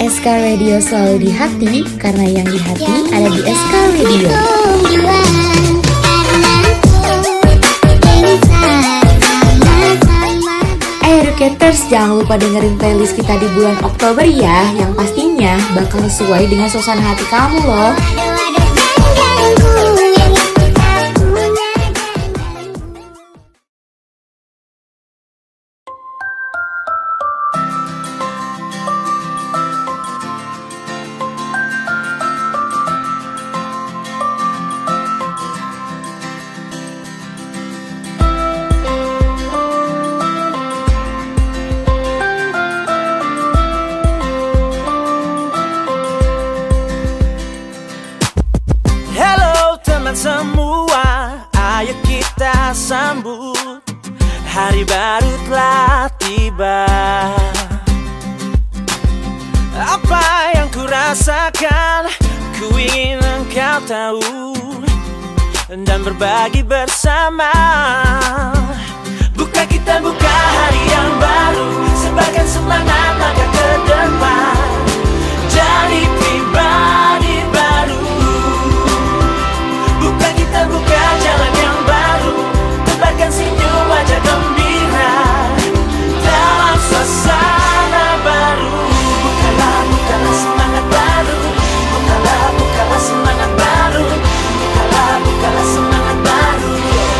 SK Radio selalu di hati, karena yang di hati ada di SK Radio. Educators, jangan lupa dengerin playlist kita di bulan Oktober ya, yang pastinya bakal sesuai dengan suasana hati kamu loh. Semua, ayo kita sambut, hari baru telah tiba. Apa yang ku rasakan, ku ingin engkau tahu, dan berbagi bersama. Buka kita buka hari yang baru, sebarkan semangat langkah ke depan, jadi pribadi baru. Buka jalan yang baru, tebarkan senyum wajah gembira dalam suasana baru. Bukalah semangat baru, bukalah semangat baru, bukalah semangat baru.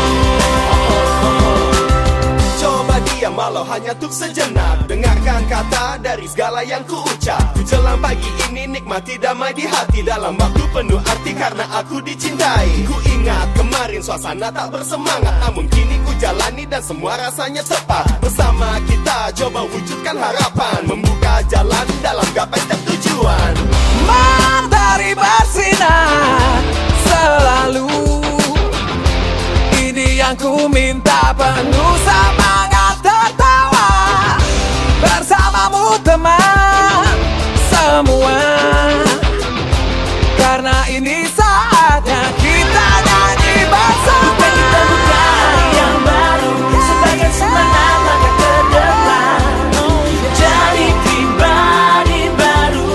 Coba diam walau hanya untuk sejenak, dengarkan kata dari segala yang ku ucap. Jelang pagi ini nikmati damai di hati, dalam waktu penuh arti karena aku dicintai. Ku ingat kemarin suasana tak bersemangat, namun kini ku jalani dan semua rasanya tepat. Bersama kita coba wujudkan harapan, membuka jalan dalam gapai setiap tujuan. Matahari bersinar selalu, ini yang ku minta, penuh semangat tertawa bersamamu teman semua, karena ini saatnya kita nyanyi bersama. Kita buka hari yang baru, sebagai semangat langkah ke depan, jadi pribadi baru.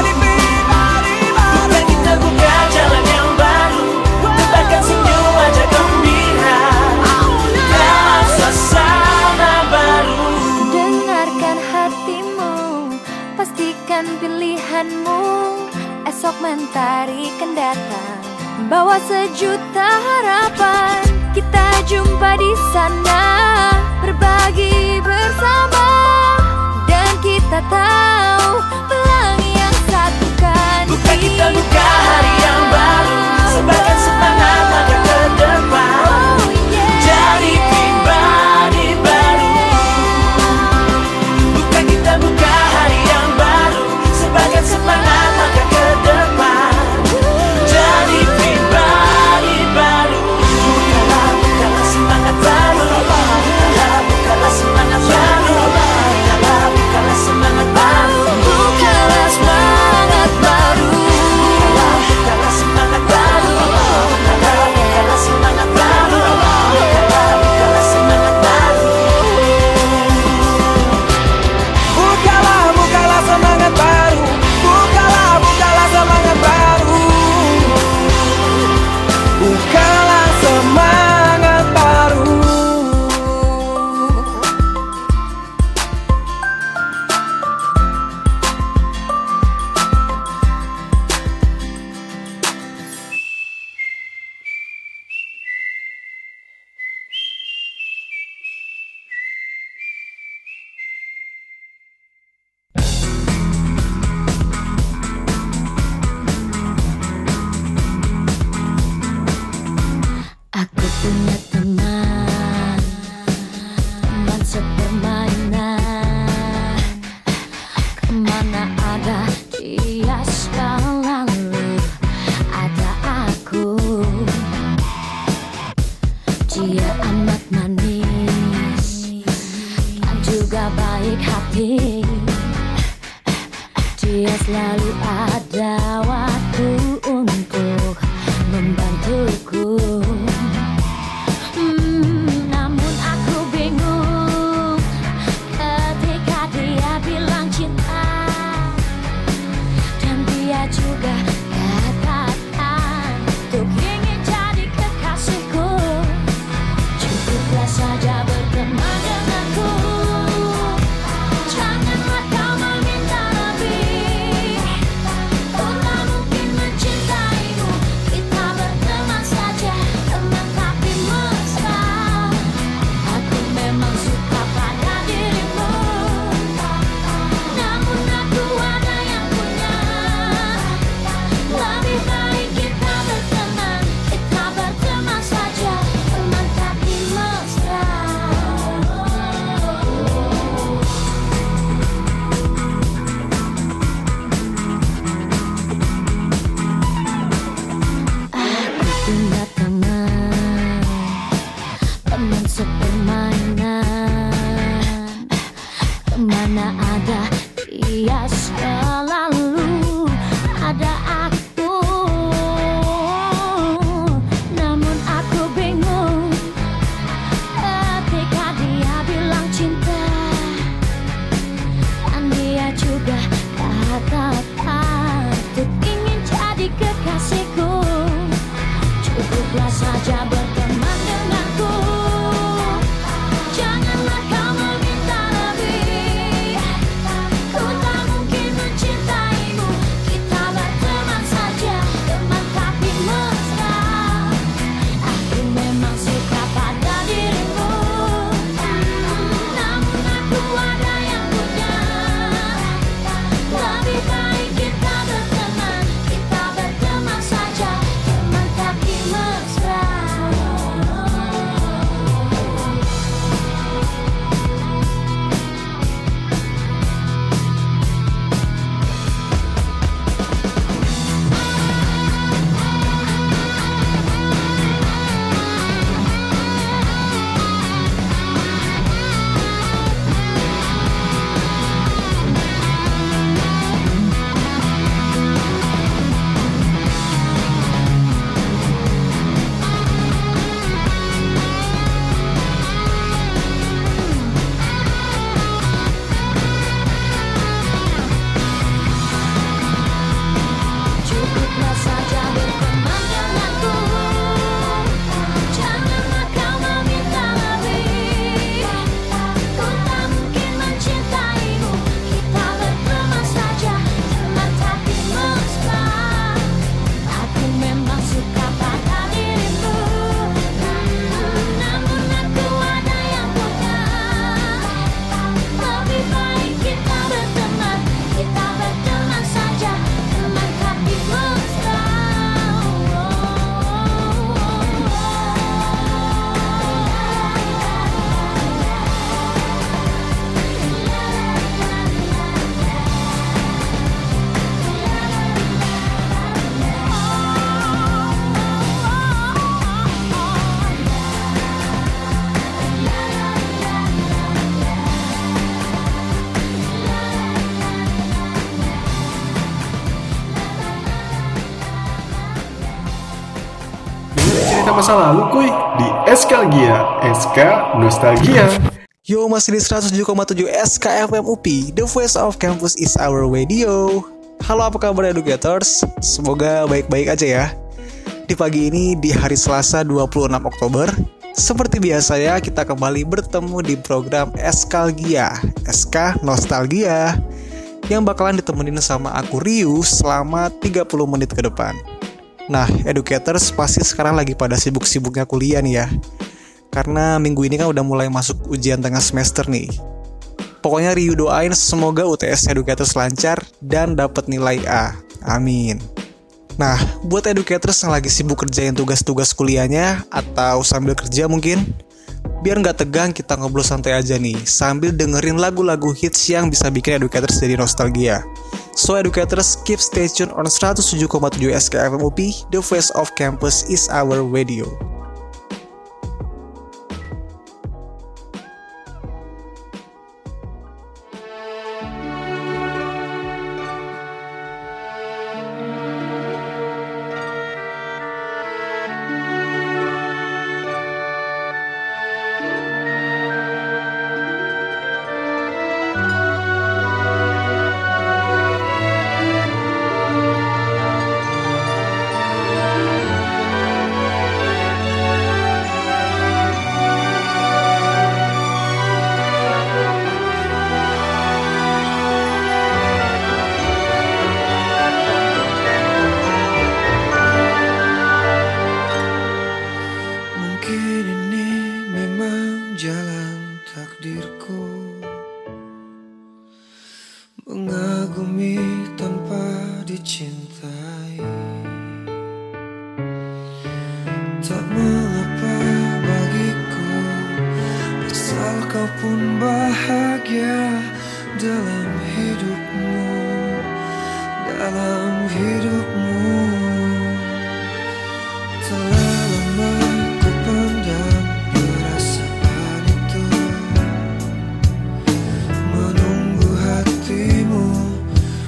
Bukan kita buka jalan yang baru, tebarkan senyum wajah gembira dalam suasana baru. Dengarkan hatimu, pastikan pilihanmu, esok mentari kan datang, bawa sejuta harapan. Kita jumpa di sana, berbagi bersama, dan kita tahu pelangi yang satukan. Bukan kita buka hari yang baru, sebarkan semangat langkah ke depan, jadi pribadi baru. Bukan kita buka hari yang baru, sebarkan semangat langkah ke depan, jadi pribadi baru. Bukalah semangat baru, bukalah semangat baru, bukalah semangat baru, Bukalah semangat baru, bukalah semangat baru, bukalah semangat baru, bukalah semangat baru. Bukalah semangat baru, bukalah semangat baru, bukalah semangat baru. aku punya teman, teman sepermainan. Kemana ada dia selalu ada aku. Dia amat manis dan juga baik hati. Dia selalu ada waktu untuk membantuku. Namun aku bingung ketika dia bilang cinta. selalu ada aku. Namun aku bingung ketika dia bilang cinta, dan dia juga katakan untuk ingin jadi kekasihku. Cukuplah saja berteman denganku, janganlah kau meminta lebih. Ku tak mungkin mencintaimu, kita berteman saja, teman tapi mesra. Aku memang suka pada dirimu, namun aku ada yang punya. Lebih baik kita berteman, kita berteman saja, teman tapi mesra. Cukuplah saja berteman denganku, janganlah kau meminta lebih. Ku tak mungkin mencintaimu, kita berteman saja, teman tapi mesra. Aku memang suka pada dirimu, namun aku ada yang punya. Lebih baik kita berteman, kita berteman saja, teman tapi mesra. Cerita masa lalu kuy di Eskalgia, SK Nostalgia. Yo, masih di 107,7 SKFM UPI, The Voice of Campus is our radio. Halo, apa kabar educators? Semoga baik-baik aja ya. Di pagi ini, di hari Selasa 26 Oktober, seperti biasa ya, kita kembali bertemu di program Eskalgia, SK Nostalgia, yang bakalan ditemenin sama aku Ryu selama 30 menit ke depan. Nah, educators pasti sekarang lagi pada sibuk-sibuknya kuliah nih ya. Karena minggu ini kan udah mulai masuk ujian tengah semester nih. Pokoknya Ryu doain semoga UTS educators lancar dan dapat nilai A. Amin. Nah, buat educators yang lagi sibuk kerjain tugas-tugas kuliahnya atau sambil kerja mungkin, biar nggak tegang kita ngobrol santai aja nih sambil dengerin lagu-lagu hits yang bisa bikin educators jadi nostalgia. So educators, keep stay tuned on 107,7 SKFM UPI, The Voice of Campus is our radio. Tak mengapa bagiku, asal kau pun bahagia dalam hidupmu, dalam hidupmu. Telah lama ku pendam perasaan itu, menunggu hatimu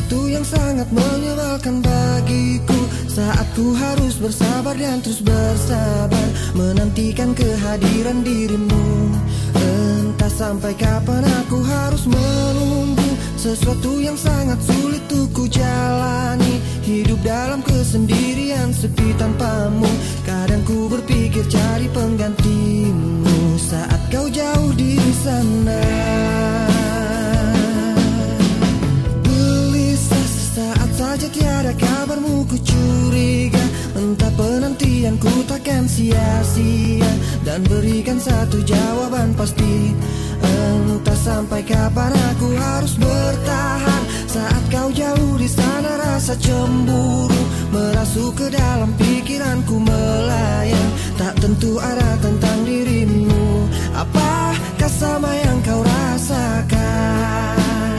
sesuatu yang sangat menyebalkan bagiku. Saat ku harus bersabar dan terus bersabar menantikan kehadiran dirimu. Entah sampai kapan aku harus menunggu sesuatu yang sangat sulit untuk ku jalani. Hidup dalam kesendirian sepi tanpamu. Kadang ku berpikir cari penggantimu saat kau jauh di sana. Gelisah sesaat saja tiada kabarmu, ku curiga entah penantianku takkan sia-sia. Dan berikan satu jawaban pasti, entah sampai kapan aku harus bertahan. Saat kau jauh di sana rasa cemburu merasuk ke dalam pikiranku melayang. Tak tentu arah tentang dirimu, apakah sama yang kau rasakan?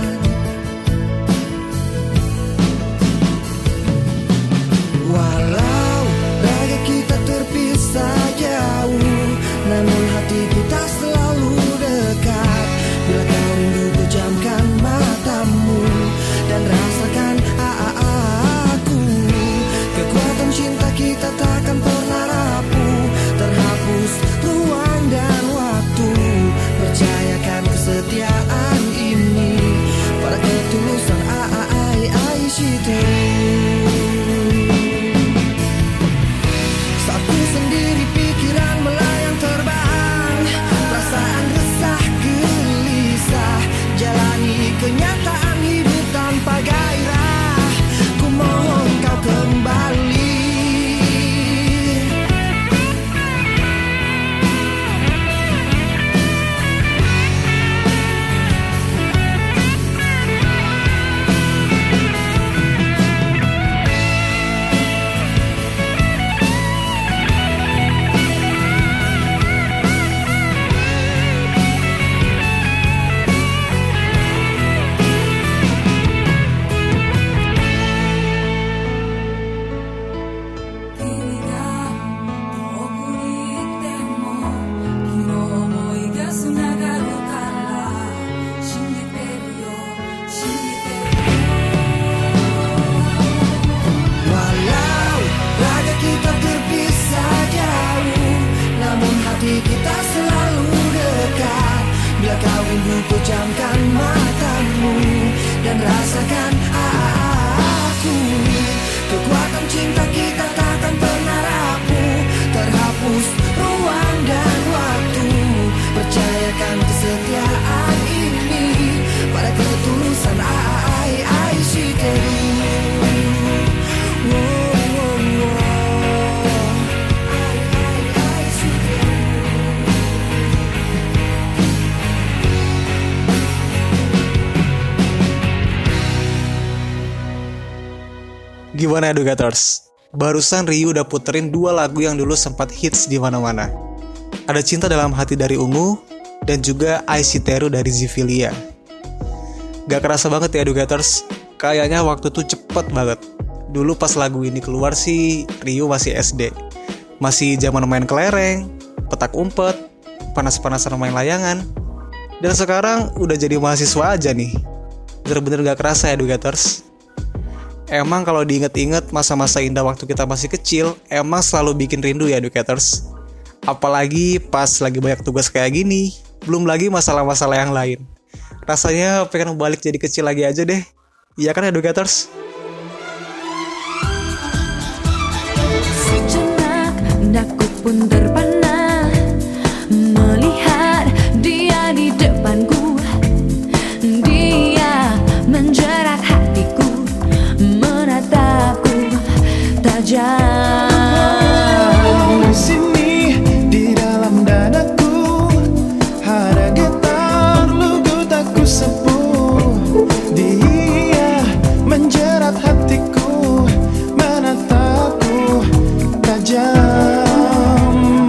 Walau raga kita terpisah jauh, namun hati kita selalu dekat. Bila kau rindu pejamkan matamu dan rasakan aku. Kekuatan cinta kita takkan pernah rapuh, terhapus ruang dan waktu. Percayakan kesetiaan ini pada ketulusan Aisyah. Saat ku sendiri pikiran melayang terbang, perasaan resah gelisah, jalani kenyataan hidup tanpa gairah. Ku mohon kau kembali. Kita selalu dekat. Bila kau rindu pejamkan matamu dan rasakan aku. Kekuatan cinta kita takkan pernah rapuh, terhapus ruang dan waktu. Percayakan kesetiaan ini pada ketulusan Aisyah. Gimana Educators? Barusan Ryu udah puterin 2 lagu yang dulu sempat hits di mana-mana. Ada Cinta Dalam Hati dari Ungu dan juga Aishiteru dari Zivilia. Gak kerasa banget ya Educators? Kayaknya waktu tuh cepet banget. Dulu pas lagu ini keluar sih Ryu masih SD. Masih zaman main kelereng, petak umpet, panas-panasan main layangan. Dan sekarang udah jadi mahasiswa aja nih. Bener-bener gak kerasa ya Educators? Emang kalau diinget-inget masa-masa indah waktu kita masih kecil, emang selalu bikin rindu ya Educators. Apalagi pas lagi banyak tugas kayak gini, belum lagi masalah-masalah yang lain. Rasanya pengen balik jadi kecil lagi aja deh. Iya kan Educators? Sejenak daku pun terpana melihat dia di depanku. Dia menjerat hatiku, menatapku tajam. Di sini di dalam dadaku ada getar lugu tak ku sepuh. Dia menjerat hatiku, menatapku tajam.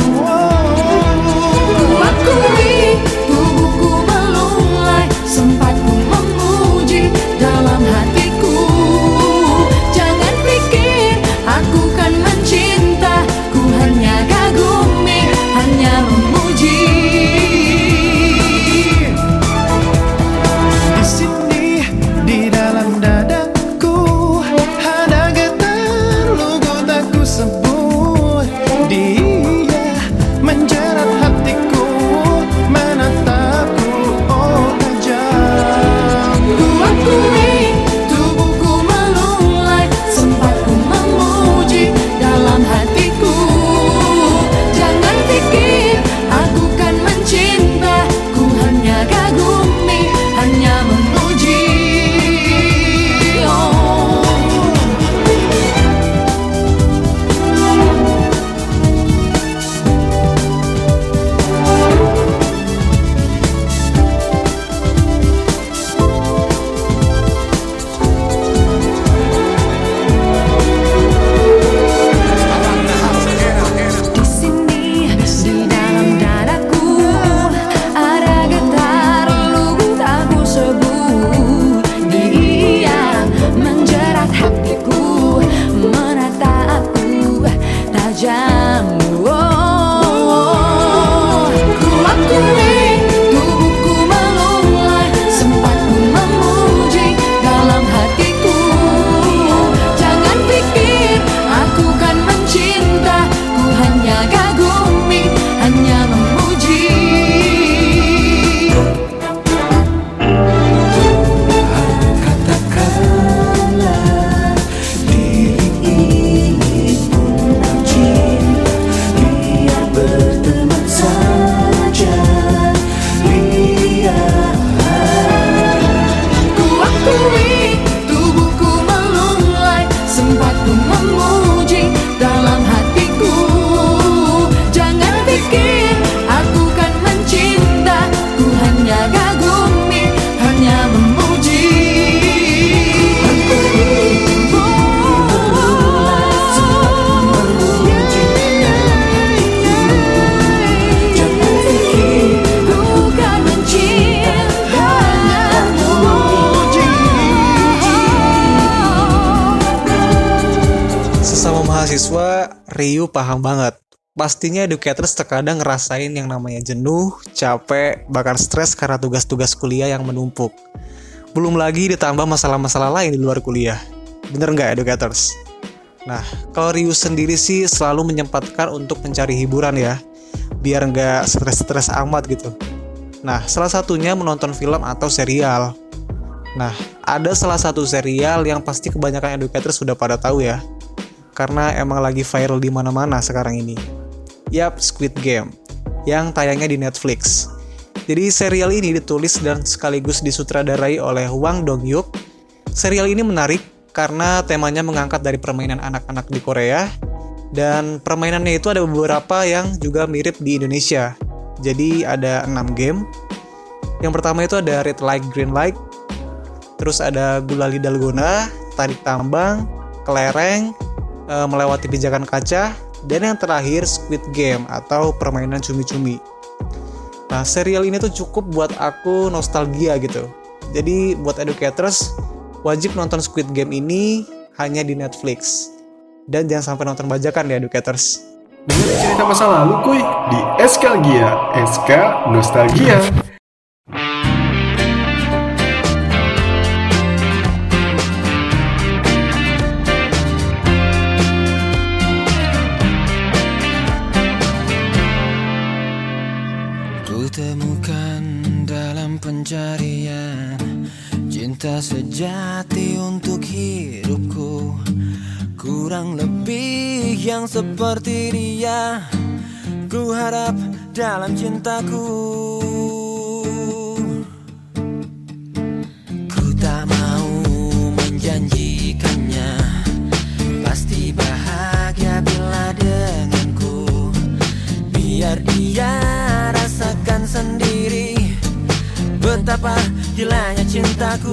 Ryu paham banget. Pastinya educators terkadang ngerasain yang namanya jenuh, capek, bahkan stres karena tugas-tugas kuliah yang menumpuk. Belum lagi ditambah masalah-masalah lain di luar kuliah. Bener nggak educators? Nah, kalau Ryu sendiri sih selalu menyempatkan untuk mencari hiburan ya, biar nggak stres-stres amat gitu. Nah, salah satunya menonton film atau serial. Nah, ada salah satu serial yang pasti kebanyakan educators sudah pada tahu ya, karena emang lagi viral di mana-mana sekarang ini. Yap, Squid Game, yang tayangnya di Netflix. Jadi serial ini ditulis dan sekaligus disutradarai oleh Hwang Dong-hyuk. Serial ini menarik karena temanya mengangkat dari permainan anak-anak di Korea, dan permainannya itu ada beberapa yang juga mirip di Indonesia. Jadi ada 6 game. Yang pertama itu ada Red Light Green Light, terus ada Gulali Dalgona, Tarik Tambang, Kelereng, Melewati Pijakan Kaca, dan yang terakhir Squid Game atau permainan cumi-cumi. Nah, serial ini tuh cukup buat aku nostalgia gitu. Jadi buat educators wajib nonton Squid Game ini hanya di Netflix. Dan jangan sampai nonton bajakan ya educators. Dengar cerita masa lalu kuy di Eskalgia, SK Nostalgia. Kutemukan dalam pencarian cinta sejati untuk hidupku. Kurang lebih yang seperti dia ku harap dalam cintaku. Ku tak mau menjanjikannya pasti bahagia bila denganku. Biar dia rasakan sendiri betapa gilanya cintaku.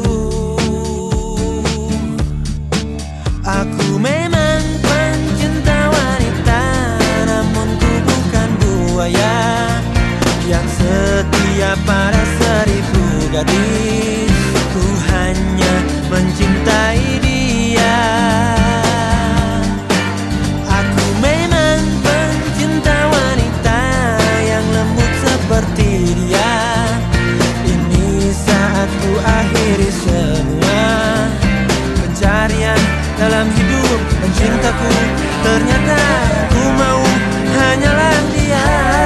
Aku memang pencinta wanita, namun ku bukan buaya yang setia pada 1000 gadis. Ku hanya mencintai dia. Aku memang pencinta wanita yang lembut seperti dia. Ini saat ku akhiri semua pencarian dalam hidup dan cintaku. Ternyata ku mau hanyalah dia.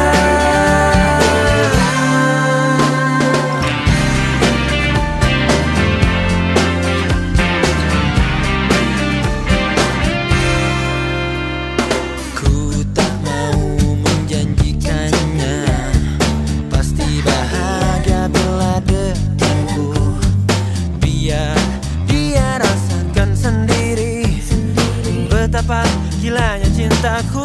Ku tak mau menjanjikannya pasti bahagia bila denganku. Biar dia rasakan sendiri betapa gilanya cintaku.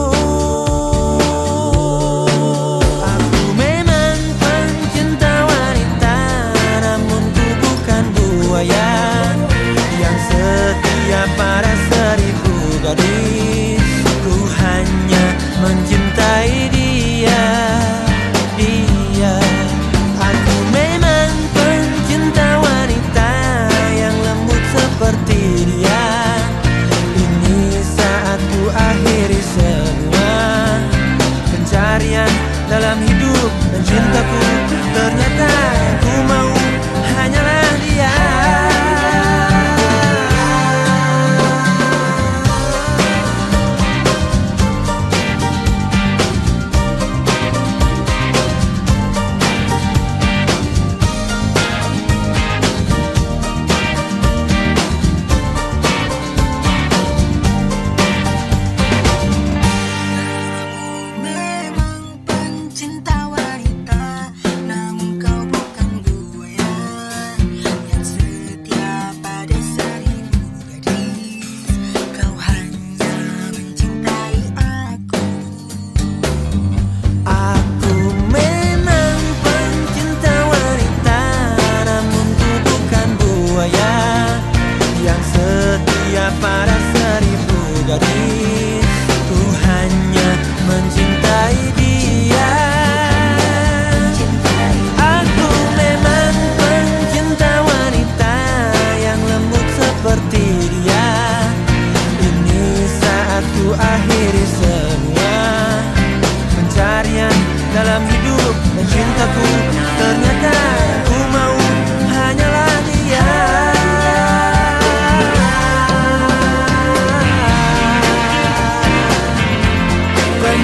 Aku memang pencinta wanita, namun ku bukan buaya yang setia pada 1000 gadis. Ku hanya mencintai dia. Aku memang pencinta wanita yang lembut seperti dia. Ini saat ku akhiri semua pencarian dalam hidup dan cintaku. Ternyata ku mau hanyalah dia. Memang pencinta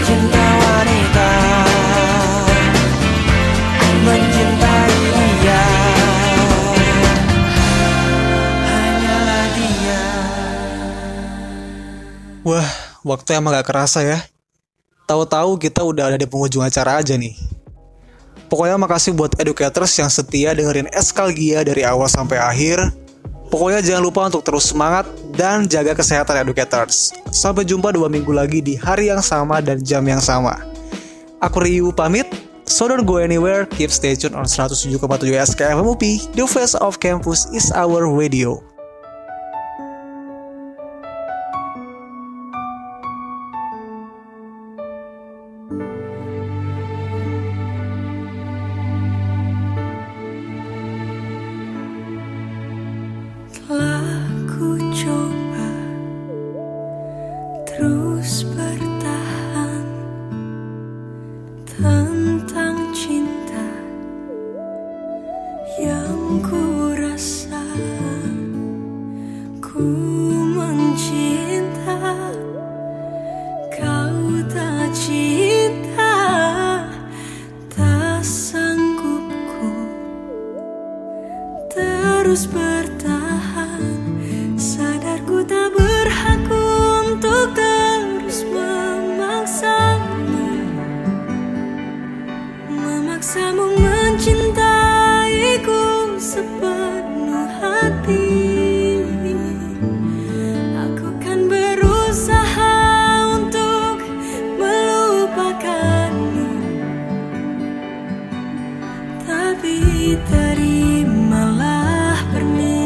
Cinta wanita, mencintai dia, hanyalah dia. Wah, waktu emang gak kerasa ya. Tahu-tahu kita udah ada di penghujung acara aja nih. Pokoknya makasih buat educators yang setia dengerin Eskalgia dari awal sampai akhir. Pokoknya jangan lupa untuk terus semangat dan jaga kesehatan educators. Sampai jumpa 2 minggu lagi di hari yang sama dan jam yang sama. Aku Ryu pamit. So don't go anywhere, keep stay tuned on 107,7 SKFM UP. The face of campus is our radio. Telah ku coba terus bertahan tentang cinta yang ku rasa. Ku mencinta, kau tak cinta, tak sanggup ku terus bertahan. Sadar ku tak berhak untuk terus memaksamu mencintaiku sepenuh hati. Aku kan berusaha untuk melupakanmu, tapi terimalah permintaan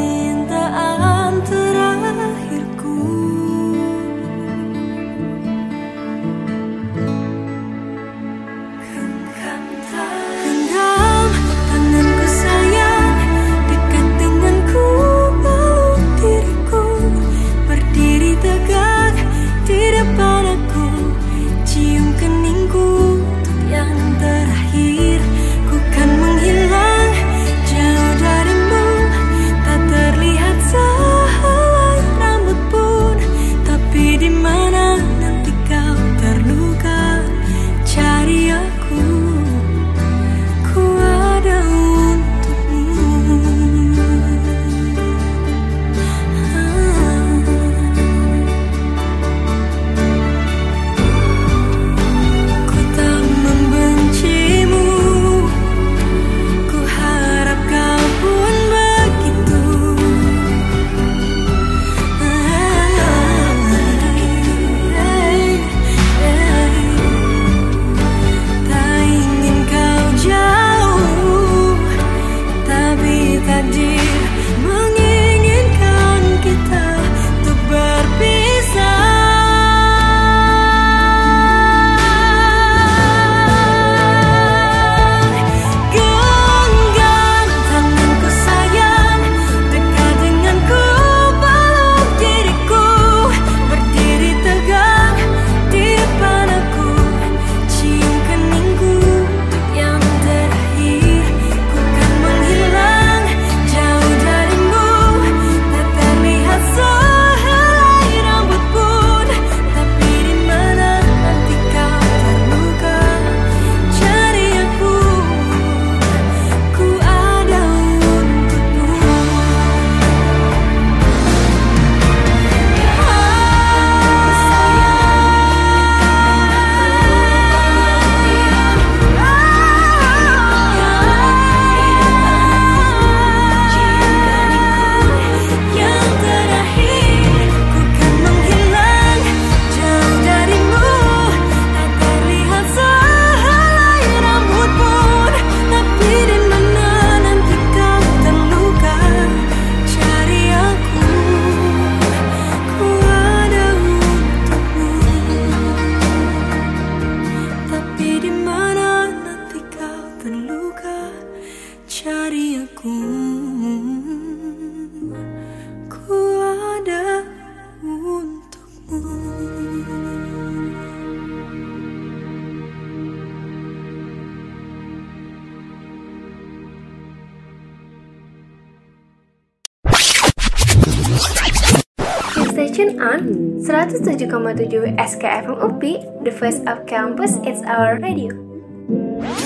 tune on 107,7 SKFM UPI, the voice of campus, it's our radio.